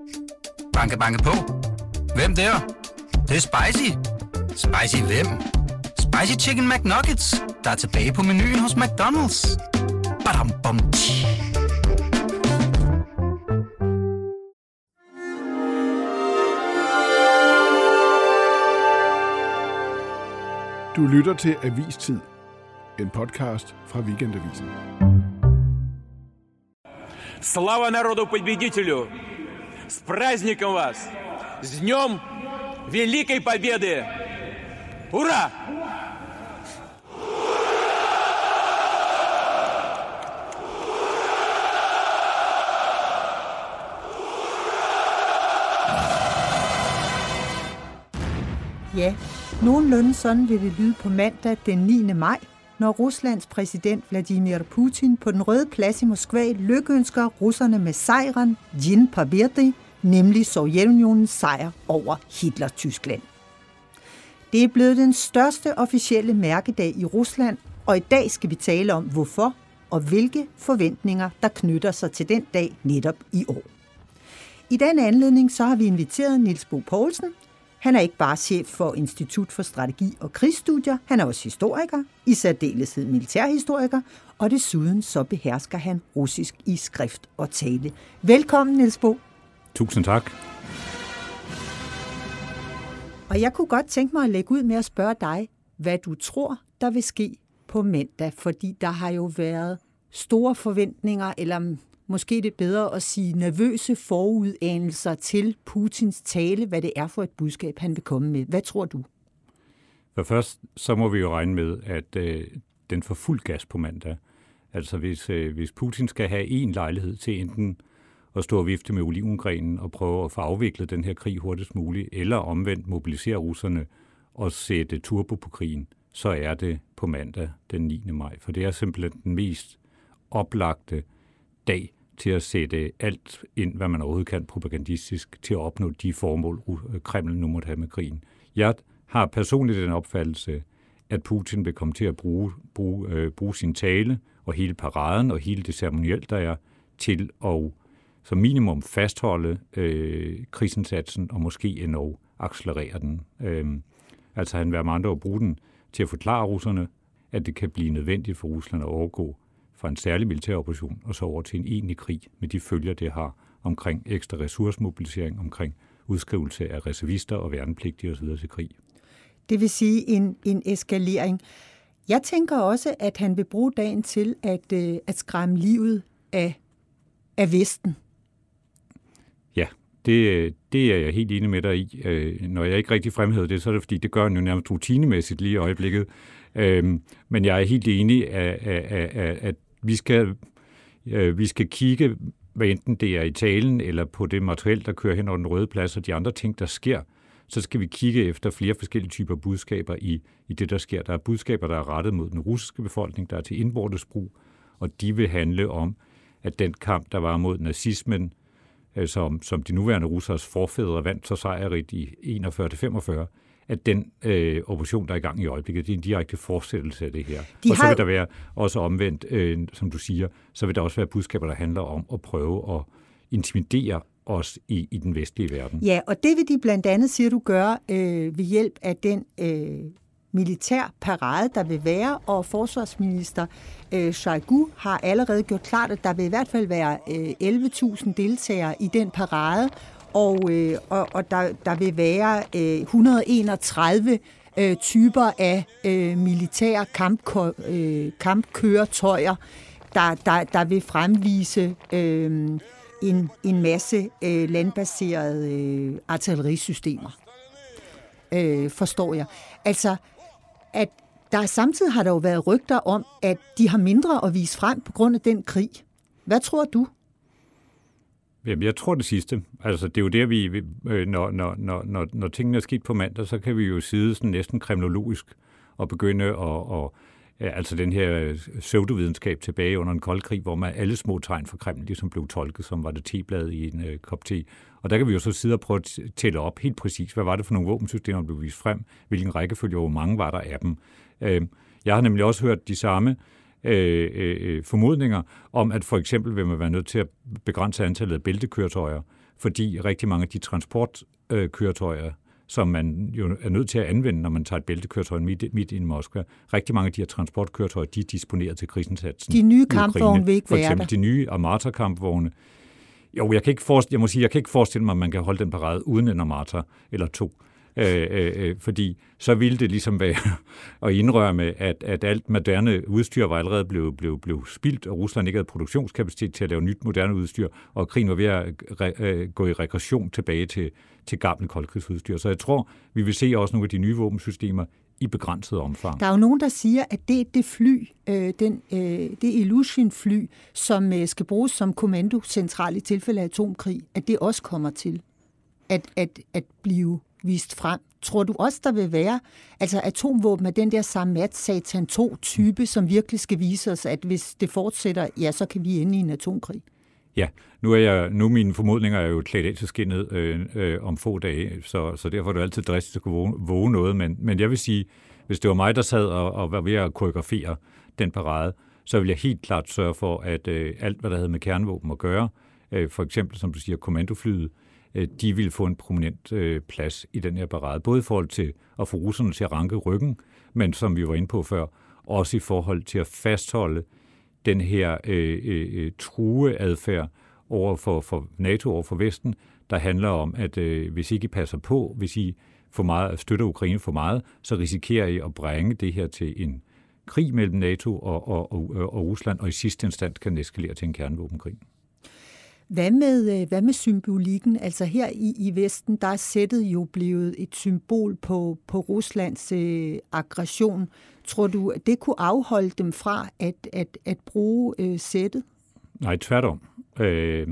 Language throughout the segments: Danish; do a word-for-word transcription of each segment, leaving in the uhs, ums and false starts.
Banke, banke på. Hvem der? Det, det er spicy. Spicy hvem? Spicy Chicken McNuggets, der er tilbage på menuen hos McDonald's. Badum, bom, tji. Du lytter til Avistid, en podcast fra Weekendavisen. Слава народу-победителю! С праздником вас! С днем Великой Победы! Ура! Ja, nogenlunde sådan vil det lyde på mandag den niende maj, når Ruslands præsident Vladimir Putin på den Røde Plads i Moskva lykønsker russerne med sejren Dien Pobedy, nemlig Sovjetunionens sejr over Hitler-Tyskland. Det er blevet den største officielle mærkedag i Rusland, og i dag skal vi tale om hvorfor og hvilke forventninger, der knytter sig til den dag netop i år. I den anledning så har vi inviteret Niels Bo Poulsen. Han er ikke bare chef for Institut for Strategi og Krigsstudier, han er også historiker, i særdeleshed militærhistoriker, og desuden så behersker han russisk i skrift og tale. Velkommen, Niels Bo. Tusind tak. Og jeg kunne godt tænke mig at lægge ud med at spørge dig, hvad du tror, der vil ske på mandag, fordi der har jo været store forventninger, eller måske det er bedre at sige nervøse forudanelser til Putins tale, hvad det er for et budskab, han vil komme med. Hvad tror du? For først, så må vi jo regne med, at øh, den får fuld gas på mandag. Altså hvis, øh, hvis Putin skal have en lejlighed til enten at stå og vifte med olivengrenen og prøve at få afviklet den her krig hurtigst muligt, eller omvendt mobilisere russerne og sætte turbo på krigen, så er det på mandag den niende maj. For det er simpelthen den mest oplagte dag til at sætte alt ind, hvad man overhovedet kan propagandistisk, til at opnå de formål, Kreml nu måtte have med krigen. Jeg har personligt den opfattelse, at Putin vil komme til at bruge, bruge, øh, bruge sin tale og hele paraden og hele det ceremoniel, der er, til at som minimum fastholde øh, krigsindsatsen og måske endnu accelerere den. Øh, altså han vil med andre ord bruge den til at forklare russerne, at det kan blive nødvendigt for Rusland at overgå fra en særlig militær operation og så over til en egentlig krig med de følger, det har omkring ekstra ressourcemobilisering, omkring udskrivelse af reservister og værnepligtige osv. til krig. Det vil sige en, en eskalering. Jeg tænker også, at han vil bruge dagen til at, øh, at skræmme livet af, af Vesten. Ja, det, det er jeg helt enig med dig i. Når jeg ikke rigtig fremhæver det, så er det fordi, det gør han jo nærmest rutinemæssigt lige i øjeblikket. Men jeg er helt enig, at, at, at, at vi, skal, vi skal kigge, hvad enten det er i talen eller på det materiel, der kører hen over den Røde Plads og de andre ting, der sker, så skal vi kigge efter flere forskellige typer budskaber i, i det, der sker. Der er budskaber, der er rettet mod den russiske befolkning, der er til indvortes brug, og de vil handle om, at den kamp, der var mod nazismen, som, som de nuværende russers forfædre vandt så sejrigt i enogfyrre til femogfyrre, at den øh, operation, der er i gang i øjeblikket, det er en direkte fortsættelse af det her. De og så har... vil der være også omvendt, øh, som du siger, så vil der også være budskaber, der handler om at prøve at intimidere os i, i den vestlige verden. Ja, og det vil de blandt andet, siger du, gøre øh, ved hjælp af den øh, militær parade, der vil være, og forsvarsminister øh, Shoigu har allerede gjort klart, at der vil i hvert fald være øh, elleve tusind deltagere i den parade, og, øh, og, og der, der vil være øh, et hundrede og enogtredive øh, typer af øh, militære kamp, øh, kampkøretøjer, der, der, der vil fremvise øh, en, en masse øh, landbaserede øh, artillerisystemer. Øh, forstår jeg. Altså, at der samtidig har der jo været rygter om, at de har mindre at vise frem på grund af den krig. Hvad tror du? Jamen, jeg tror det sidste. Altså, det er jo der, vi, når, når, når, når tingene er sket på mandag, så kan vi jo sidde sådan næsten kremlologisk og begynde at, at altså den her pseudovidenskab tilbage under en kold krig, hvor man alle små tegn fra Kreml ligesom blev tolket, som var det teblad i en uh, kop te. Og der kan vi jo så sidde og prøve at tælle op helt præcis, hvad var det for nogle våbensystemer, der blev vist frem, hvilken rækkefølge, hvor mange var der af dem. Uh, jeg har nemlig også hørt de samme øh, øh, formodninger om, at for eksempel vil man være nødt til at begrænse antallet af bæltekøretøjer, fordi rigtig mange af de transportkøretøjer, øh, som man jo er nødt til at anvende, når man tager et bæltekøretøj midt, midt i Moskva. Rigtig mange af de her transportkøretøjer, de er disponeret til krigsindsatsen. De nye kampvogne vil ikke være der. For eksempel de nye Armata-kampvogne. Jo, jeg kan ikke forestille, jeg må sige, jeg kan ikke forestille mig, at man kan holde den parade uden en Armata eller to. Øh, øh, fordi så ville det ligesom være at indrømme, at, at alt moderne udstyr var allerede blevet, blevet, blevet spildt, og Rusland ikke havde produktionskapacitet til at lave nyt moderne udstyr, og krigen var ved at re, øh, gå i regression tilbage til, til gamle koldkrigsudstyr. Så jeg tror, vi vil se også nogle af de nye våbensystemer i begrænset omfang. Der er jo nogen, der siger, at det, det fly, øh, den, øh, det Ilyushin-fly, som øh, skal bruges som kommandocentral i tilfælde af atomkrig, at det også kommer til at, at, at blive vist frem. Tror du også, der vil være altså atomvåben af den der Sarmat Satan to-type, som virkelig skal vise os, at hvis det fortsætter, ja, så kan vi ende i en atomkrig? Ja, nu er jeg nu mine formodninger er jo klædt af til skinnet øh, øh, om få dage, så, så derfor er det altid dristigt at kunne våge, våge noget, men, men jeg vil sige, hvis det var mig, der sad og, og var ved at koreografere den parade, så vil jeg helt klart sørge for, at øh, alt, hvad der havde med kernevåben at gøre, øh, for eksempel, som du siger, kommandoflyet, øh, de ville få en prominent øh, plads i den her parade, både i forhold til at få russerne til at ranke ryggen, men som vi var inde på før, også i forhold til at fastholde den her øh, øh, trueadfærd over for, for NATO, over for Vesten, der handler om, at øh, hvis ikke I passer på, hvis I for meget, støtter Ukraine for meget, så risikerer I at bringe det her til en krig mellem NATO og, og, og, og Rusland, og i sidste instans kan den eskalere til en kernevåbenkrig. Hvad med, hvad med symbolikken? Altså her i, i Vesten, der er sættet jo blevet et symbol på, på Ruslands øh, aggression. Tror du, at det kunne afholde dem fra at, at, at bruge øh, sættet? Nej, tværtom. Øh,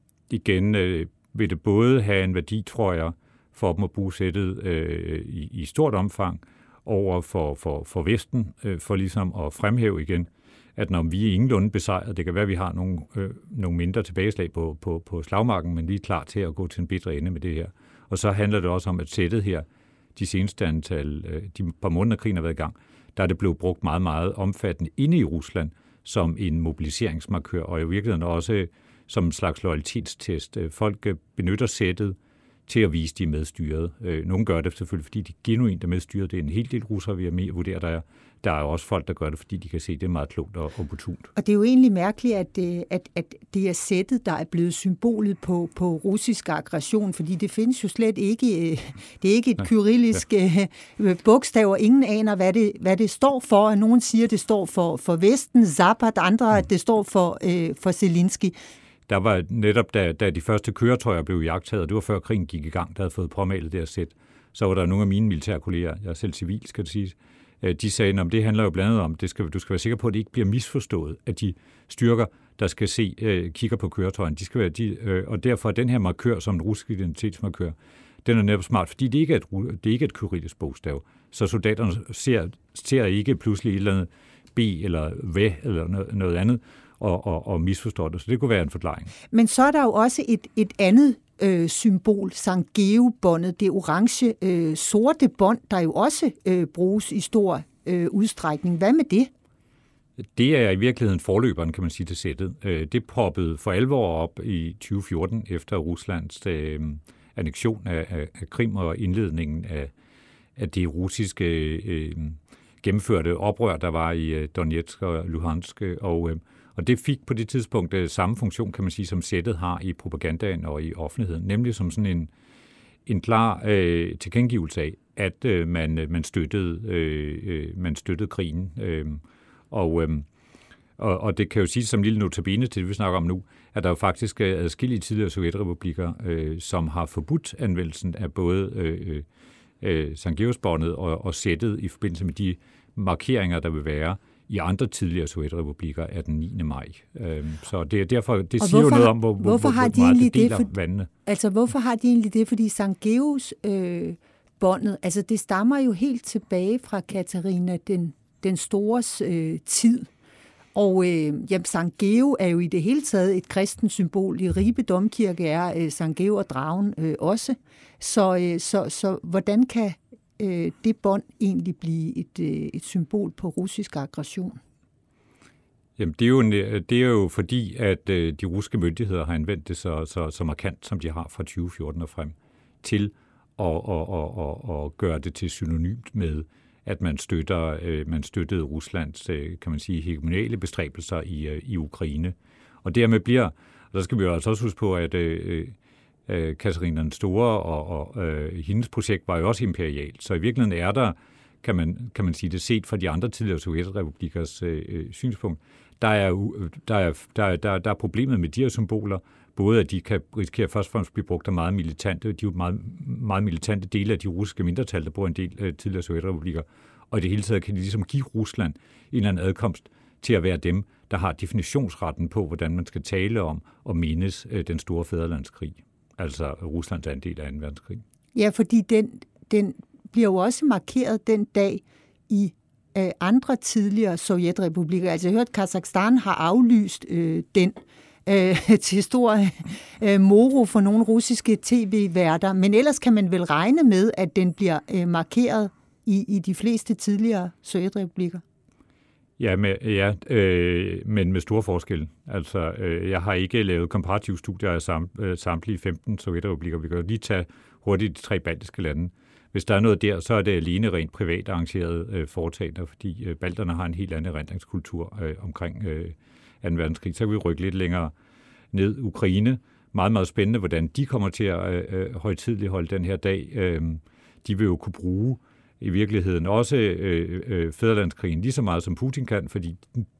igen øh, vil det både have en værdi, tror jeg, for dem at bruge sættet øh, i, i stort omfang over for, for, for Vesten, øh, for ligesom at fremhæve igen, at når vi er ingenlunde besejret, det kan være, at vi har nogle, øh, nogle mindre tilbageslag på, på, på slagmarken, men vi er klar til at gå til en bitre ende med det her. Og så handler det også om, at sættet her, de seneste antal, øh, de par måneder krigen har været i gang, der er det blevet brugt meget, meget omfattende inde i Rusland som en mobiliseringsmarkør, og i virkeligheden også som en slags loyalitetstest. Folk benytter sættet til at vise, de er medstyret. Nogle gør det selvfølgelig, fordi de genuint er medstyret. Det er en hel del russere, vi har vurderet, der er. Der er også folk, der gør det, fordi de kan se, at det er meget klogt og opportunt. Og det er jo egentlig mærkeligt, at, at, at det er sættet, der er blevet symbolet på, på russisk aggression, fordi det findes jo slet ikke. Det er ikke et kyrillisk ja. bogstav, og ingen aner, hvad det, hvad det står for. Og nogen siger, at det står for, for Vesten, Zapad, andre, at det står for, øh, for Zelensky. Der var netop, da, da de første køretøjer blev jagttaget, det var før krigen gik i gang, der havde fået påmalet det her sæt, så var der nogle af mine militærkolleger, jeg er selv civil, skal det siges, de sagde, at det handler jo blandt andet om, det skal, du skal være sikker på, at det ikke bliver misforstået, at de styrker, der skal se, øh, kigger på køretøjen, de skal være de, øh, og derfor er den her markør som en russisk identitetsmarkør, den er netop smart, fordi det ikke er et, det ikke er et kyrillisk bogstav, så soldaterne ser, ser ikke pludselig et eller andet B eller V eller noget, noget andet, og, og, og misforstår det, så det kunne være en forklaring. Men så er der jo også et, et andet øh, symbol, Sankt Georg-båndet, det orange øh, sorte bånd, der jo også øh, bruges i stor øh, udstrækning. Hvad med det? Det er i virkeligheden forløberen, kan man sige, til sættet. Det poppede for alvor op i tyve fjorten efter Ruslands øh, annektion af, af, af Krim og indledningen af, af det russiske øh, gennemførte oprør, der var i øh, Donetsk og Luhansk, og øh, Og det fik på det tidspunkt øh, samme funktion, kan man sige, som sættet har i propagandaen og i offentligheden, nemlig som sådan en, en klar øh, tilkendegivelse af, at øh, man, man, støttede, øh, man støttede krigen. Øh, og, øh, og, og det kan jo sige som lille notabene til det, vi snakker om nu, at der jo faktisk er adskillige tidligere sovjetrepublikker, øh, som har forbudt anvendelsen af både øh, øh, Sankt Georgsbåndet og, og sættet i forbindelse med de markeringer, der vil være i andre tidligere sovjetrepublikker af den niende maj. Så det er derfor, det siger jo noget om, hvor, hvor, hvor meget de det deler det for, vandene. Altså, hvorfor har de egentlig det? Fordi Sankt Georgs øh, båndet, altså det stammer jo helt tilbage fra Katarina den, den stores øh, tid. Og øh, jamen, Sankt Georg er jo i det hele taget et kristent symbol. I Ribe Domkirke er øh, Sankt Georg og dragen øh, også. Så, øh, så, så hvordan kan det bånd egentlig blive et, et symbol på russisk aggression? Jamen, det er, jo, det er jo fordi, at de russiske myndigheder har anvendt det så, så, så markant, som de har fra tyve fjorten og frem, til at, at, at, at, at gøre det til synonymt med, at man, støtter, man støttede Ruslands, kan man sige, hegemoniale bestræbelser i, i Ukraine. Og dermed bliver, og der skal vi jo altså også huske på, at øh, øh, Katarina den Store og, og øh, hendes projekt var jo også imperialt. Så i virkeligheden er der, kan man, kan man sige det, set fra de andre tidligere sovjetrepublikkers øh, synspunkt, der er, der, er, der, er, der, er, der er problemet med de her symboler, både at de kan risikere først og fremmest blive brugt af meget militante, de er jo meget, meget militante dele af de russiske mindretal, der bor en del øh, tidligere sovjetrepublikker, og i det hele taget kan de ligesom give Rusland en eller anden adkomst til at være dem, der har definitionsretten på, hvordan man skal tale om og mindes øh, den store fædrelandskrig, altså Ruslands andel af anden verdenskrig. Ja, fordi den, den bliver jo også markeret den dag i øh, andre tidligere sovjetrepublikker. Altså jeg har hørt, at Kazakhstan har aflyst øh, den øh, til stor øh, moro for nogle russiske tv-værter, men ellers kan man vel regne med, at den bliver øh, markeret i, i de fleste tidligere sovjetrepublikker. Ja, med, ja øh, men med store forskelle. Altså, øh, jeg har ikke lavet komparative studier af sam, øh, samtlige femten sovjetrepublikker. Vi kan jo lige tage hurtigt de tre baltiske lande. Hvis der er noget der, så er det alene rent privat arrangerede øh, foretagender, fordi øh, balterne har en helt anden erindringskultur øh, omkring øh, anden verdenskrig. Så kan vi rykke lidt længere ned. Ukraine, meget, meget spændende, hvordan de kommer til at øh, højtidligt holde den her dag. Øh, de vil jo kunne bruge i virkeligheden også øh, øh, fædrelandskrigen lige så meget som Putin kan, fordi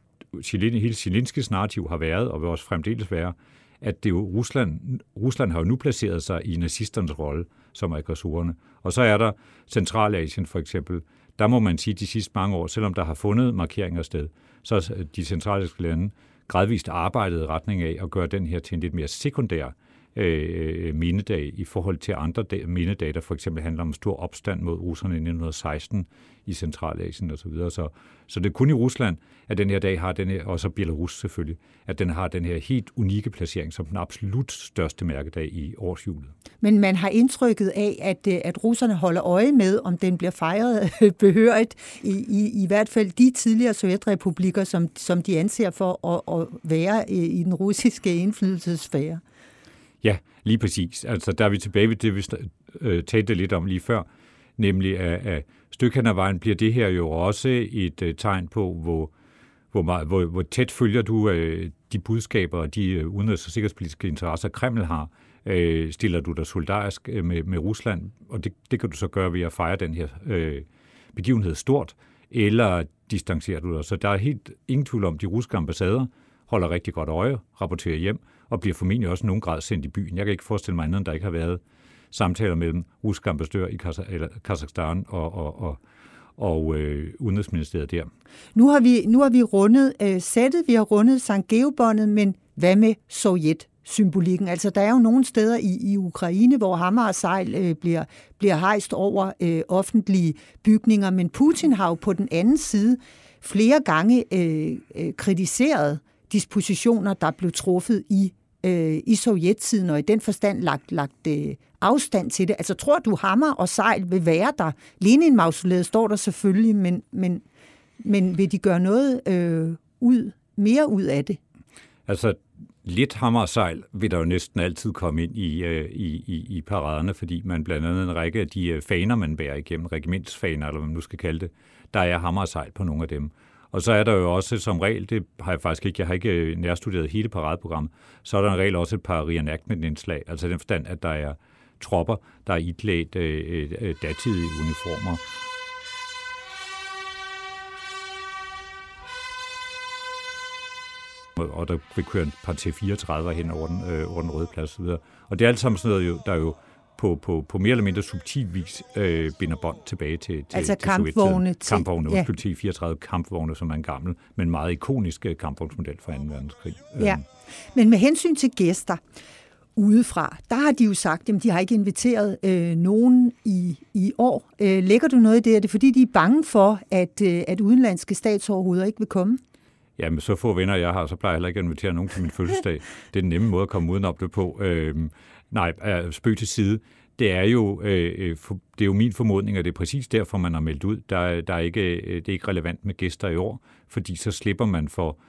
hele Zelenskis narrativ har været, og vil også fremdeles være, at det jo Rusland, Rusland har jo nu placeret sig i nazisternes rolle som aggressorerne. Og så er der Centralasien for eksempel. Der må man sige, de sidste mange år, selvom der har fundet markeringer sted, så er de centralasiske lande gradvist arbejdet i retning af at gøre den her til en lidt mere sekundær øh, mindedag i forhold til andre dag, mindedage, der for eksempel handler om stor opstand mod russerne i nitten seksten i Centralasien osv. Så, videre. så, så det er kun i Rusland, at den her dag har den her, og så Belarus selvfølgelig, at den har den her helt unikke placering som den absolut største mærkedag i årshjulet. Men man har indtrykket af, at, at russerne holder øje med, om den bliver fejret behørigt, i, i, i hvert fald de tidligere sovjetrepublikker, som, som de anser for at, at være i, i den russiske indflydelsessfære. Ja, lige præcis. Altså, der er vi tilbage ved det, vi øh, talte lidt om lige før, nemlig at, at stykke hen ad vejen bliver det her jo også et øh, tegn på, hvor, hvor, meget, hvor, hvor tæt følger du øh, de budskaber og de øh, udenrigs- og sikkerhedspolitiske interesser, Kreml har. Øh, stiller du dig solidarisk øh, med, med Rusland, og det, det kan du så gøre ved at fejre den her øh, begivenhed stort, eller distancerer du dig. Så der er helt ingen tvivl om, at de russiske ambassader holder rigtig godt øje, rapporterer hjem, og bliver formentlig også i nogen grad sendt i byen. Jeg kan ikke forestille mig andet, end der ikke har været samtaler mellem russiske ambassadør i Kazakhstan og, og, og, og øh, udenrigsministeriet der. Nu har vi, nu har vi rundet øh, sættet, vi har rundet Sankt Georg-båndet, men hvad med Sovjet-symbolikken? Altså, der er jo nogle steder i, i Ukraine, hvor hammer og sejl øh, bliver, bliver hejst over øh, offentlige bygninger, men Putin har jo på den anden side flere gange øh, øh, kritiseret dispositioner, der blev truffet i, øh, i sovjettiden, og i den forstand lagt, lagt øh, afstand til det. Altså, tror du, hammer og sejl vil være der? Lenin-mausoleet står der selvfølgelig, men, men, men vil de gøre noget øh, ud, mere ud af det? Altså, lidt hammer og sejl vil der jo næsten altid komme ind i, øh, i, i, i paraderne, fordi man blandt andet en række af de øh, faner, man bærer igennem, regimentsfaner, eller hvad man nu skal kalde det, der er hammer og sejl på nogle af dem. Og så er der jo også som regel, det har jeg faktisk ikke, jeg har ikke nærstuderet hele paradeprogrammet, så er der en regel også et par reenactment-indslag, altså den forstand, at der er tropper, der er iklædt øh, øh, datidige uniformer. Og der vil køre et par T fireogtredive hen over den, øh, over den røde plads osv. Og det er alt sammen sådan noget, der jo på, på, på mere eller mindre subtil vis øh, binder bånd tilbage til, til, altså til kampvogne. Til, kampvogne, ja. T fireogtredive kampvogne, som er en gammel, men meget ikonisk kampvognsmodel fra anden verdenskrig. Ja, men med hensyn til gæster udefra, der har de jo sagt, at de har ikke inviteret øh, nogen i, i år. Øh, lægger du noget i det? Er det fordi, de er bange for, at, øh, at udenlandske statsoverhoveder ikke vil komme? Jamen, så få venner jeg har, så plejer jeg heller ikke at invitere nogen til min fødselsdag. Det er den nemme måde at komme udenom det på. Øh, nej, spøg til side. Det er jo, øh, for, det er jo min formodning, at det er præcis derfor, man har meldt ud. Der, der er ikke, det er ikke relevant med gæster i år, fordi så slipper man for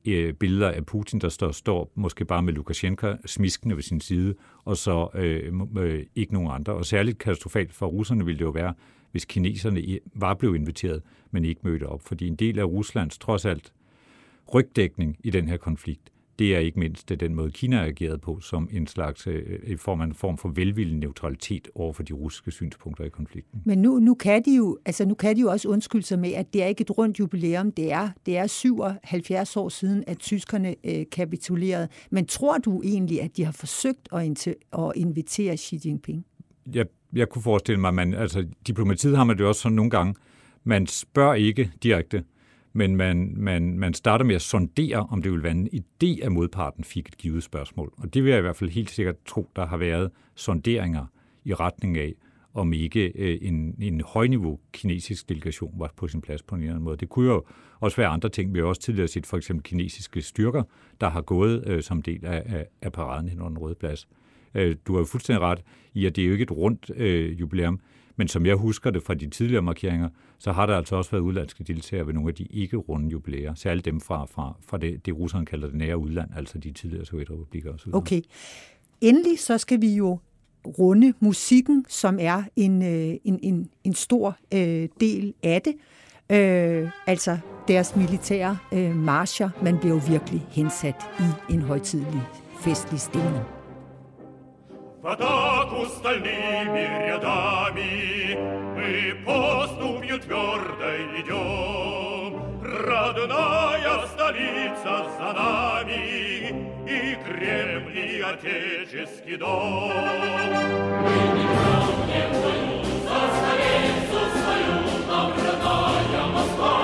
øh, billeder af Putin, der står, står måske bare med Lukasjenko smiskende ved sin side, og så øh, øh, ikke nogen andre. Og særligt katastrofalt for russerne ville det jo være, hvis kineserne var blevet inviteret, men ikke mødte op. Fordi en del af Ruslands, trods alt, rygdækning i den her konflikt, det er ikke mindst det den måde, Kina har ageret på, som en slags øh, form, en form for velvillig neutralitet over for de russiske synspunkter i konflikten. Men nu, nu, kan de jo, altså nu kan de jo også undskylde sig med, at det er ikke et rundt jubilæum. Det er, det er syvoghalvfjerds år siden, at tyskerne øh, kapitulerede. Men tror du egentlig, at de har forsøgt at, inter- at invitere Xi Jinping? Jeg, jeg kunne forestille mig, at man, altså, diplomatiet har man det også sådan nogle gange. Man spørger ikke direkte, men man, man, man starter med at sondere, om det vil være en idé, at modparten fik et givet spørgsmål. Og det vil jeg i hvert fald helt sikkert tro, der har været sonderinger i retning af, om ikke øh, en, en højniveau kinesisk delegation var på sin plads på en eller anden måde. Det kunne jo også være andre ting. Vi har også tidligere set for eksempel kinesiske styrker, der har gået øh, som del af, af, af paraden hen over den røde plads. Øh, du har jo fuldstændig ret i, at det er jo ikke et rundt øh, jubilæum, men som jeg husker det fra de tidligere markeringer, så har der altså også været udlandske deltagere ved nogle af de ikke-runde jubilæer. Særligt dem fra, fra, fra det, det russerne kalder det nære udland, altså de tidligere sovjetrepublikker osv. Okay. Endelig så skal vi jo runde musikken, som er en, en, en, en stor øh, del af det. Øh, altså deres militære øh, marcher. Man bliver jo virkelig hensat i en højtidelig, festlig stemning. В атаку стальными рядами мы поступью твердой идем. Родная столица за нами, и Кремль, и Отеческий дом. Мы не грохнем войну за столицу свою, нам родная Москва.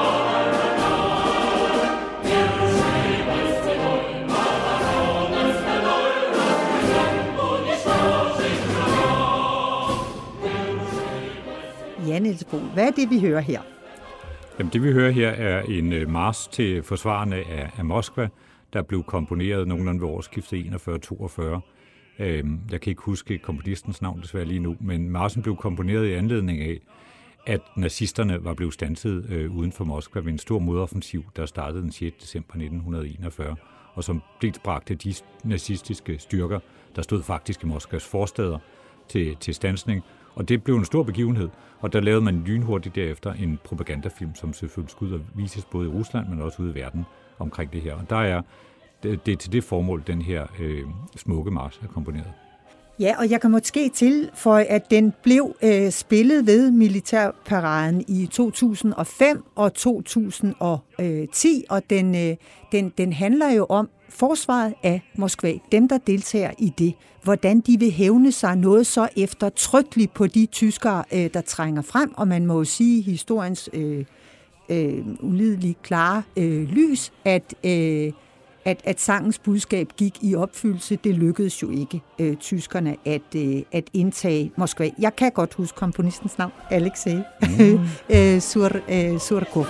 Ja, Niels Bo, hvad er det, vi hører her? Jamen, det vi hører her er en march til forsvarerne af, af Moskva, der blev komponeret nogenlunde ved årsskiftet enogfyrre toogfyrre. Øhm, jeg kan ikke huske komponistens navn desværre lige nu, men marchen blev komponeret i anledning af, at nazisterne var blevet standset øh, uden for Moskva ved en stor modoffensiv, der startede den sjette december nitten enogfyrre, og som dels bragte de nazistiske styrker, der stod faktisk i Moskvas forstæder, til, til standsning. Og det blev en stor begivenhed, og der lavede man lynhurtigt derefter en propagandafilm, som selvfølgelig skulle ud og vises både i Rusland, men også ude i verden omkring det her. Og der er det, det er til det formål, den her øh, smukke march er komponeret. Ja, og jeg kan måske tilføje, at den blev øh, spillet ved militærparaden i to tusind og fem og to tusind og ti, og den, øh, den, den handler jo om forsvaret af Moskva, dem der deltager i det, hvordan de vil hævne sig noget så eftertrykkeligt på de tyskere, øh, der trænger frem, og man må jo sige historiens øh, øh, ulideligt klare øh, lys, at øh, At, at sangens budskab gik i opfyldelse. Det lykkedes jo ikke øh, tyskerne at, øh, at indtage Moskva. Jeg kan godt huske komponistens navn, Alexei mm. øh, Sur, øh, Surkov.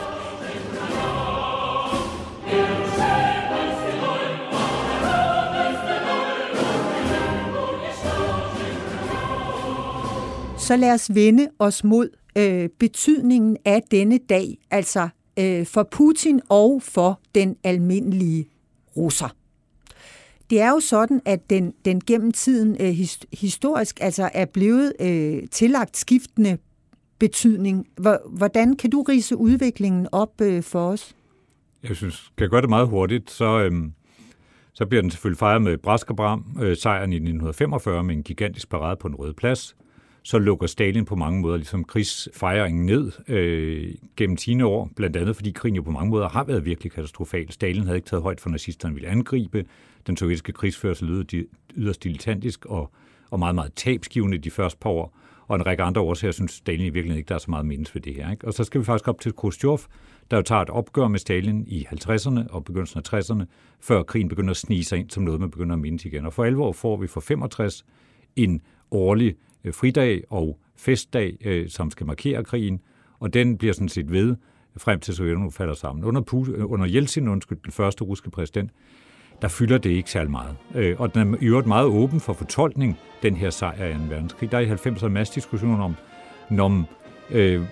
Så lad os vende os mod øh, betydningen af denne dag, altså øh, for Putin og for den almindelige russer. Det er jo sådan, at den, den gennem tiden øh, historisk altså er blevet øh, tillagt skiftende betydning. Hvordan kan du ridse udviklingen op øh, for os? Jeg synes, kan jeg gøre det meget hurtigt, så, øhm, så bliver den selvfølgelig fejret med brask og bram. Øh, sejren i nitten femogfyrre med en gigantisk parade på den Røde Plads. Så lukker Stalin på mange måder ligesom krigsfejringen ned øh, gennem tiende år, blandt andet fordi krigen jo på mange måder har været virkelig katastrofal. Stalin havde ikke taget højt for, nazisterne ville angribe. Den sovjetiske krigsførsel lød yderst dilettantisk og, og meget, meget tabsgivende de første par år. Og en række andre årsager synes Stalin i virkeligheden ikke, der er så meget mindes ved det her. Ikke? Og så skal vi faktisk op til Khrushchev, der jo tager et opgør med Stalin i halvtredserne og begyndelsen af tresserne, før krigen begynder at snige sig ind som noget, man begynder at mindes igen. Og for alvor får vi for femogtres en årlig fridag og festdag, øh, som skal markere krigen, og den bliver sådan set ved, frem til Sovjetunionen falder sammen. Under, under Jeltsin, undskyld, den første russiske præsident, der fylder det ikke særlig meget. Øh, og den er i øvrigt meget åben for fortolkning, den her sejr i anden verdenskrig. Der er i halvfemserne en masse diskussioner om, når øh,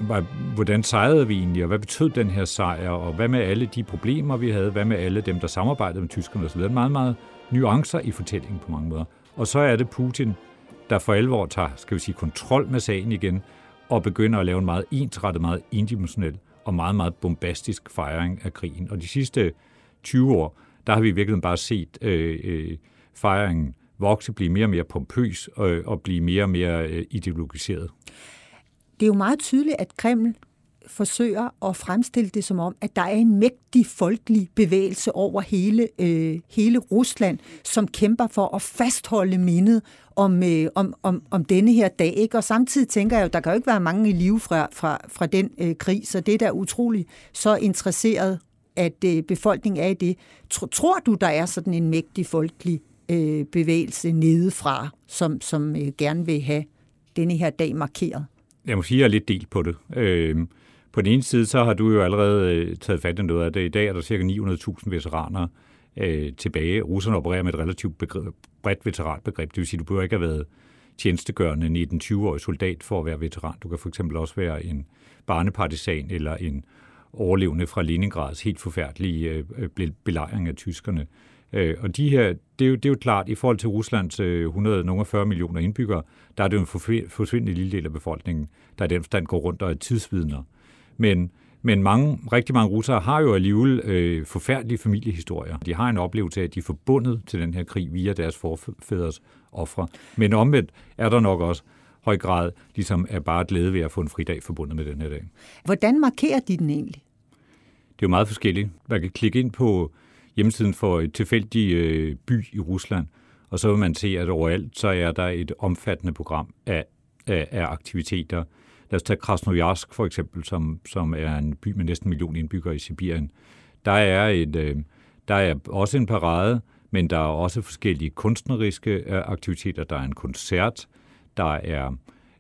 hvordan sejrede vi egentlig, og hvad betød den her sejr, og hvad med alle de problemer, vi havde, hvad med alle dem, der samarbejdede med tyskerne osv. Meget, meget nuancer i fortællingen på mange måder. Og så er det Putin, der for alvor tager, skal vi sige, kontrol med sagen igen, og begynder at lave en meget ensrettet, meget indimensionel og meget, meget bombastisk fejring af krigen. Og de sidste tyve år, der har vi virkelig bare set øh, øh, fejringen vokse, blive mere og mere pompøs og, og blive mere og mere øh, ideologiseret. Det er jo meget tydeligt, at Kreml forsøger at fremstille det som om, at der er en mægtig folkelig bevægelse over hele, øh, hele Rusland, som kæmper for at fastholde mindet om, øh, om, om, om denne her dag. Ikke? Og samtidig tænker jeg jo, der kan jo ikke være mange i live fra, fra, fra den øh, krig, så det er da utroligt så interesseret, at øh, befolkningen er i det. Tror, tror du, der er sådan en mægtig folkelig øh, bevægelse nedefra, som, som øh, gerne vil have denne her dag markeret? Jeg må sige, at jeg er lidt delt på det. Øh, på den ene side, så har du jo allerede øh, taget fat i noget af det. I dag er der cirka ni hundrede tusind veteraner øh, tilbage. Russerne opererer med et relativt begreb, bredt veteranbegreb. Det vil sige, at du behøver ikke have været tjenestegørende nitten tyve-årig soldat for at være veteran. Du kan for eksempel også være en barnepartisan eller en overlevende fra Leningrads helt forfærdelige øh, belejring af tyskerne. Øh, og de her, det er, jo, det er jo klart, i forhold til Ruslands øh, hundrede og fyrre millioner indbyggere, der er det jo en forsvindende lille del af befolkningen, der i den forstand går rundt og er tidsvidner. Men, men mange, rigtig mange russere har jo alligevel øh, forfærdelige familiehistorier. De har en oplevelse af, at de er forbundet til den her krig via deres forfædres ofre. Men omvendt er der nok også høj grad ligesom er bare glæde ved at få en fridag forbundet med den her dag. Hvordan markerer de den egentlig? Det er jo meget forskelligt. Man kan klikke ind på hjemmesiden for et tilfældigt øh, by i Rusland, og så vil man se, at overalt så er der et omfattende program af, af, af aktiviteter. Lad os tage Krasnojarsk for eksempel, som, som er en by med næsten en million indbyggere i Sibirien. Der er, et, øh, der er også en parade, men der er også forskellige kunstneriske aktiviteter. Der er en koncert, der er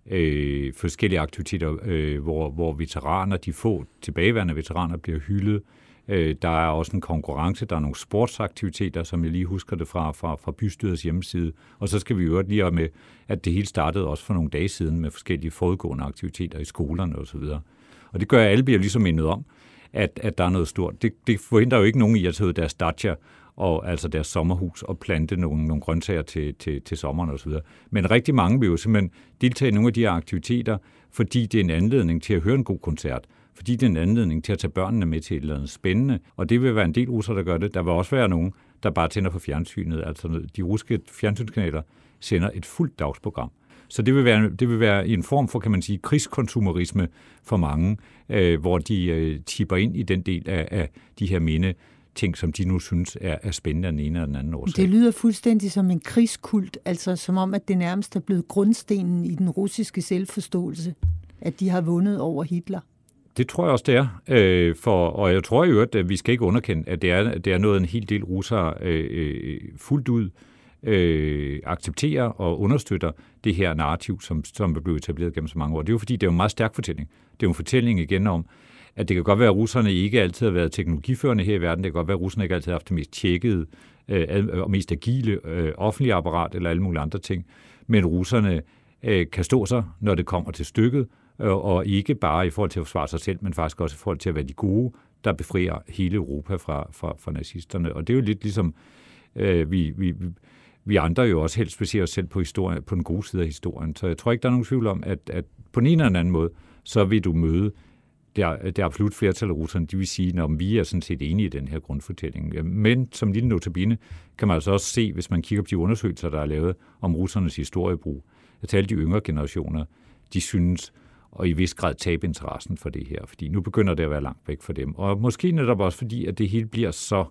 øh, forskellige aktiviteter, øh, hvor, hvor veteraner, de få tilbageværende veteraner, bliver hyldet. Øh, der er også en konkurrence, der er nogle sportsaktiviteter, som jeg lige husker det fra, fra, fra bystyrets hjemmeside. Og så skal vi jo lige have med, at det hele startede også for nogle dage siden med forskellige forudgående aktiviteter i skolerne osv. Og det gør, at alle bliver ligesom mindet om, at, at der er noget stort. Det, det forhindrer jo ikke nogen i at tage ud deres dacha, og altså deres sommerhus, og plante nogle, nogle grøntsager til, til, til sommeren osv. Men rigtig mange vil jo simpelthen deltage i nogle af de her aktiviteter, fordi det er en anledning til at høre en god koncert, fordi det er en anledning til at tage børnene med til et eller andet spændende. Og det vil være en del russere, der gør det. Der vil også være nogen, der bare tænder på fjernsynet. Altså de russiske fjernsynskanaler sender et fuldt dagsprogram. Så det vil være, det vil være en form for, kan man sige, krigskonsumerisme for mange, øh, hvor de øh, tipper ind i den del af, af de her minde, ting, som de nu synes er, er spændende af den ene eller den anden årsag. Det lyder fuldstændig som en krigskult, altså som om, at det nærmest er blevet grundstenen i den russiske selvforståelse, at de har vundet over Hitler. Det tror jeg også, det er. Øh, for, og jeg tror jo, at vi skal ikke underkende, at det er, det er noget, en hel del russere øh, fuldt ud øh, accepterer og understøtter det her narrativ, som, som er blevet etableret gennem så mange år. Det er jo fordi, det er en meget stærk fortælling. Det er jo en fortælling igen om, at det kan godt være, at russerne ikke altid har været teknologiførende her i verden. Det kan godt være, at russerne ikke altid har haft det mest tjekkede øh, og mest agile øh, offentlige apparat eller alle mulige andre ting. Men russerne øh, kan stå sig, når det kommer til stykket, øh, og ikke bare i forhold til at forsvare sig selv, men faktisk også i forhold til at være de gode, der befrier hele Europa fra, fra, fra nazisterne. Og det er jo lidt ligesom, øh, vi, vi, vi andre jo også helst baserer os selv på, historien, på den gode side af historien. Så jeg tror ikke, der er nogen tvivl om, at, at på en eller anden måde, så vil du møde Det er, det er absolut flertal af russerne, de vil sige, at vi er sådan set enige i den her grundfortælling. Men som lille notabene kan man altså også se, hvis man kigger på de undersøgelser, der er lavet om russernes historiebrug, at alle de yngre generationer, de synes, og i vis grad tabe interessen for det her, fordi nu begynder det at være langt væk for dem. Og måske netop også fordi, at det hele bliver så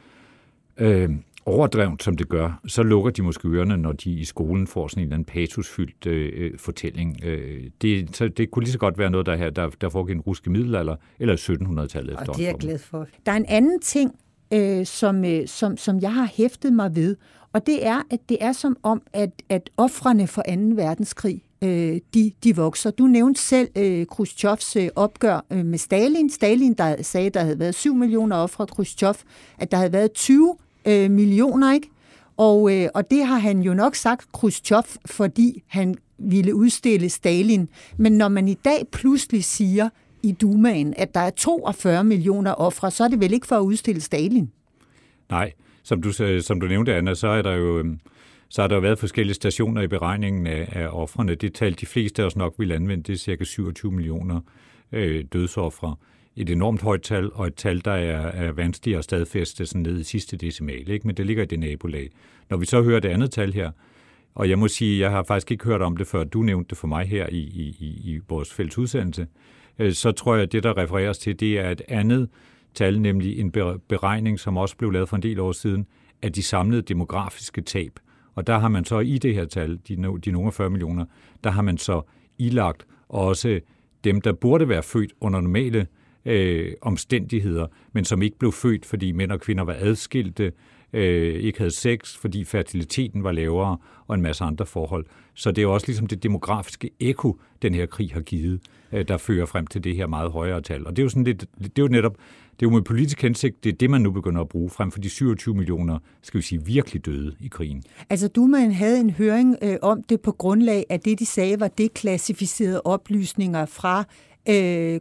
øh, overdrevet, som det gør, så lukker de måske ørerne, når de i skolen får sådan en eller anden patusfyldt øh, fortælling. Øh, det, så det kunne lige så godt være noget, der, her, der, der foregik en russisk middelalder, eller syttenhundredetallet. Og det er jeg glad for. Der er en anden ting, øh, som, øh, som, som jeg har hæftet mig ved, og det er, at det er som om, at, at ofrene for anden verdenskrig, øh, de, de vokser. Du nævnte selv øh, Khrushchevs øh, opgør øh, med Stalin. Stalin, der sagde, at der havde været syv millioner ofre. Khrushchev, at der havde været tyve Øh, millioner, ikke? Og, øh, og det har han jo nok sagt, Khrushchev, fordi han ville udstille Stalin. Men når man i dag pludselig siger i Dumaen, at der er toogfyrre millioner ofre, så er det vel ikke for at udstille Stalin? Nej, som du, som du nævnte, Anna, så er der jo... Så har der været forskellige stationer i beregningen af, af offrene. Det tal, de fleste af os nok vil anvende, det er cirka syvogtyve millioner øh, dødsoffre. Et enormt højt tal, og et tal, der er, er vanskeligere at stadfæste sådan ned i sidste decimal, ikke? Men det ligger i det nabolag. Når vi så hører det andet tal her, og jeg må sige, jeg har faktisk ikke hørt om det før, du nævnte det for mig her i, i, i vores fælles udsendelse, øh, så tror jeg, at det, der refereres til, det er et andet tal, nemlig en beregning, som også blev lavet for en del år siden, af de samlede demografiske tab. Og der har man så i det her tal, de, de nogle fyrre millioner, der har man så ilagt også dem, der burde være født under normale øh, omstændigheder, men som ikke blev født, fordi mænd og kvinder var adskilte, øh, ikke havde sex, fordi fertiliteten var lavere og en masse andre forhold. Så det er jo også ligesom det demografiske ekko, den her krig har givet, øh, der fører frem til det her meget højere tal. Og det er jo sådan lidt, det er jo netop, det er jo med politisk hensigt, det er det, man nu begynder at bruge frem for de syvogtyve millioner, skal vi sige, virkelig døde i krigen. Altså Dumaen havde en høring øh, om det på grundlag af det, de sagde var deklassificerede oplysninger fra øh,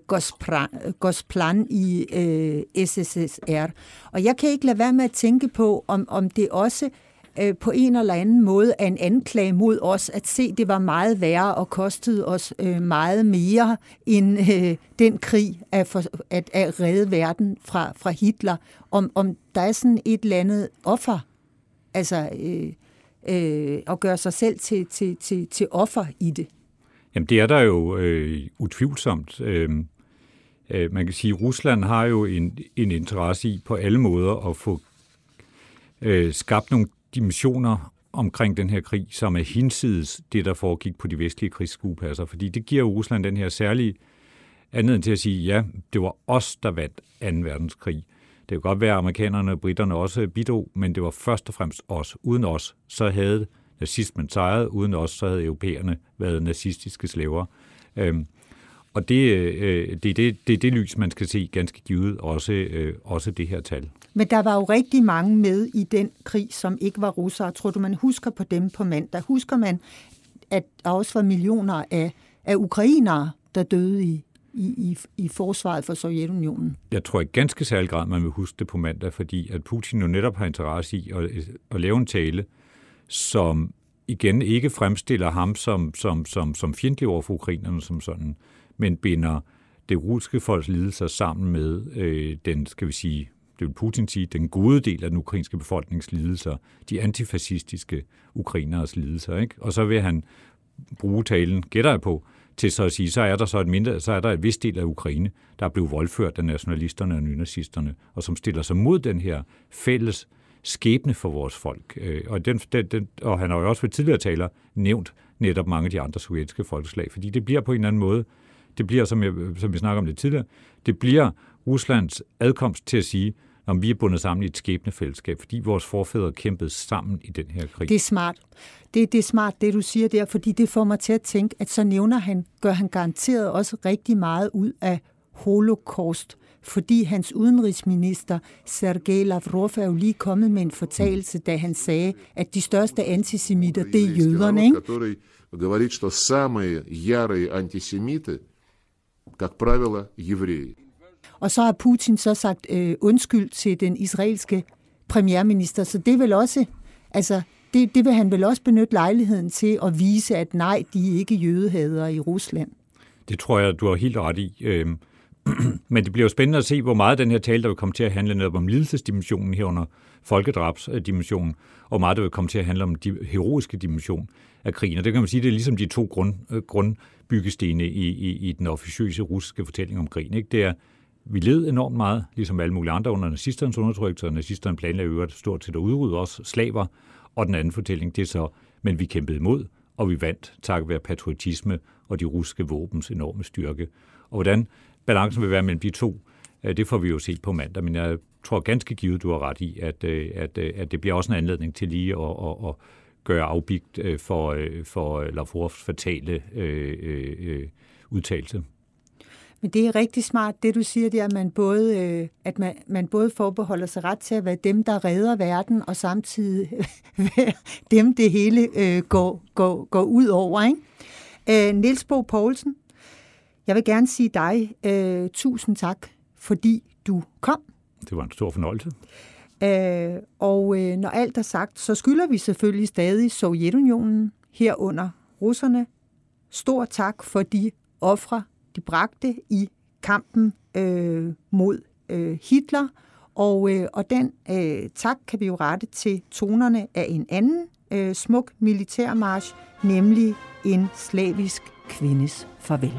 Gosplan i øh, S S S R. Og jeg kan ikke lade være med at tænke på, om, om det også øh, på en eller anden måde er en anklage mod os, at se, det var meget værre og kostede os øh, meget mere end øh, den krig at, for, at, at redde verden fra, fra Hitler. Om, om der er sådan et eller andet offer, altså øh, øh, at gøre sig selv til, til, til, til offer i det. Jamen det er der jo øh, utvivlsomt. Øh, øh, man kan sige, at Rusland har jo en, en interesse i på alle måder at få øh, skabt nogle dimensioner omkring den her krig, som er hinsides det, der foregik på de vestlige krigsskuepladser. Fordi det giver Rusland den her særlige anledning til at sige, ja, det var os, der vandt anden verdenskrig. Det kan godt være, at amerikanerne og britterne også bidrog, men det var først og fremmest os. Uden os, så havde nazismen sejret. Uden os, så havde europæerne været nazistiske slaver. Øhm, og det, øh, det, er det, det er det lys, man skal se ganske givet, også, øh, også det her tal. Men der var jo rigtig mange med i den krig, som ikke var russere. Tror du, man husker på dem på mandag? Husker man, at der også var millioner af, af ukrainere, der døde i, i, i, i forsvaret for Sovjetunionen? Jeg tror i ganske særlig grad, man vil huske det på mandag, fordi at Putin jo netop har interesse i at, at lave en tale, som igen ikke fremstiller ham som, som, som, som fjendtlig over for ukrainerne som sådan, men binder det russiske folks lidelser sammen med øh, den, skal vi sige, det vil Putin sige, den gode del af den ukrainske befolknings lidelser, de antifascistiske ukraineres lidelser, ikke? Og så vil han bruge talen, gætter jeg på, til så at sige, så er der så et mindre, så er der et vis del af Ukraine, der er blevet voldført af nationalisterne og nynazisterne, og som stiller sig mod den her fælles skæbne for vores folk. Og, den, den, den, og han har jo også ved tidligere taler nævnt netop mange af de andre sovjetiske folkeslag, fordi det bliver på en eller anden måde, det bliver, som, jeg, som vi snakker om det tidligere, det bliver Ruslands adkomst til at sige, om vi er bundet sammen i et skæbnefællesskab, fordi vores forfædre kæmpede sammen i den her krig. Det er smart. Det, det er smart, det du siger der, fordi det får mig til at tænke, at så nævner han, gør han garanteret også rigtig meget ud af holocaust, fordi hans udenrigsminister Sergej Lavrov er jo lige kommet med en fortalelse, da han sagde, at de største antisemitter, det er jøderne, ikke? Который говорит, что самые ярые антисемиты, как правило, евреи. Og så har Putin så sagt øh, undskyld til den israelske premierminister, så det vil også, altså det, det vil han vel også benytte lejligheden til at vise, at nej, de er ikke jødehadere i Rusland. Det tror jeg, du har helt ret i. Øhm, men det bliver jo spændende at se, hvor meget den her tale, der vil komme til at handle netop om lidelsesdimensionen herunder folkedrabsdimensionen, og meget der vil komme til at handle om de heroiske dimension af krigen. Og det kan man sige, det er ligesom de to grund, grundbyggestene i, i, i den officiøse russiske fortælling om krigen. Ikke? Det er, vi led enormt meget, ligesom alle mulige andre under nazisternes undertrykkelse, og nazisterne planlagde øvrigt stort set at udrydde os slaver. Og den anden fortælling, det er så, men vi kæmpede imod, og vi vandt, takket være patriotisme og de russiske våbens enorme styrke. Og hvordan balancen vil være mellem de to, det får vi jo se på mandag, men jeg tror ganske givet, du har ret i, at, at, at det bliver også en anledning til lige at, at, at gøre afbigt for, for Lavrovs fatale øh, øh, udtalelse. Men det er rigtig smart, det du siger, det er, at man både, øh, at man, man både forbeholder sig ret til at være dem, der redder verden, og samtidig være dem, det hele øh, går, går, går ud over, ikke? Øh, Niels Bo Poulsen, jeg vil gerne sige dig øh, tusind tak, fordi du kom. Det var en stor fornøjelse. Øh, og øh, når alt er sagt, så skylder vi selvfølgelig stadig Sovjetunionen, herunder russerne, stor tak for de ofre, de bragte i kampen øh, mod øh, Hitler. Og, øh, og den øh, tak kan vi jo rette til tonerne af en anden øh, smuk militærmarch, nemlig en slavisk kvindes farvel.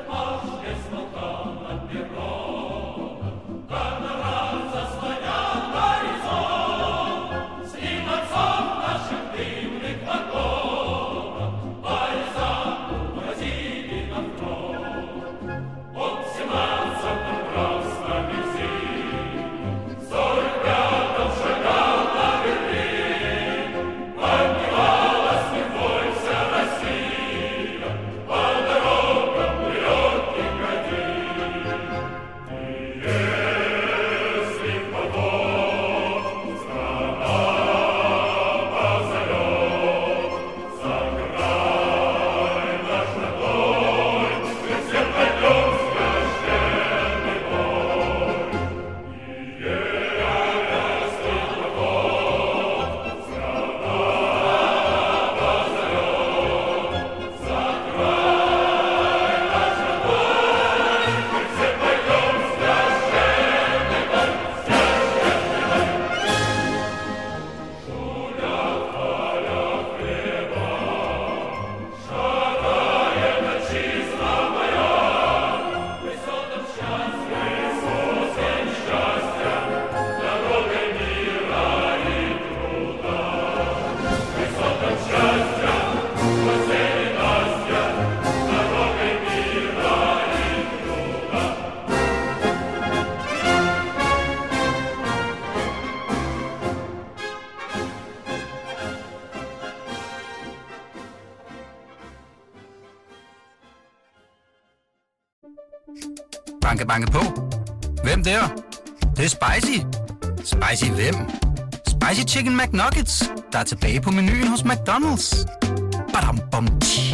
Banke, banke på. Hvem der? Det, det er spicy. Spicy hvem? Spicy Chicken McNuggets, der er tilbage på menuen hos McDonald's. Badum, bom, tji.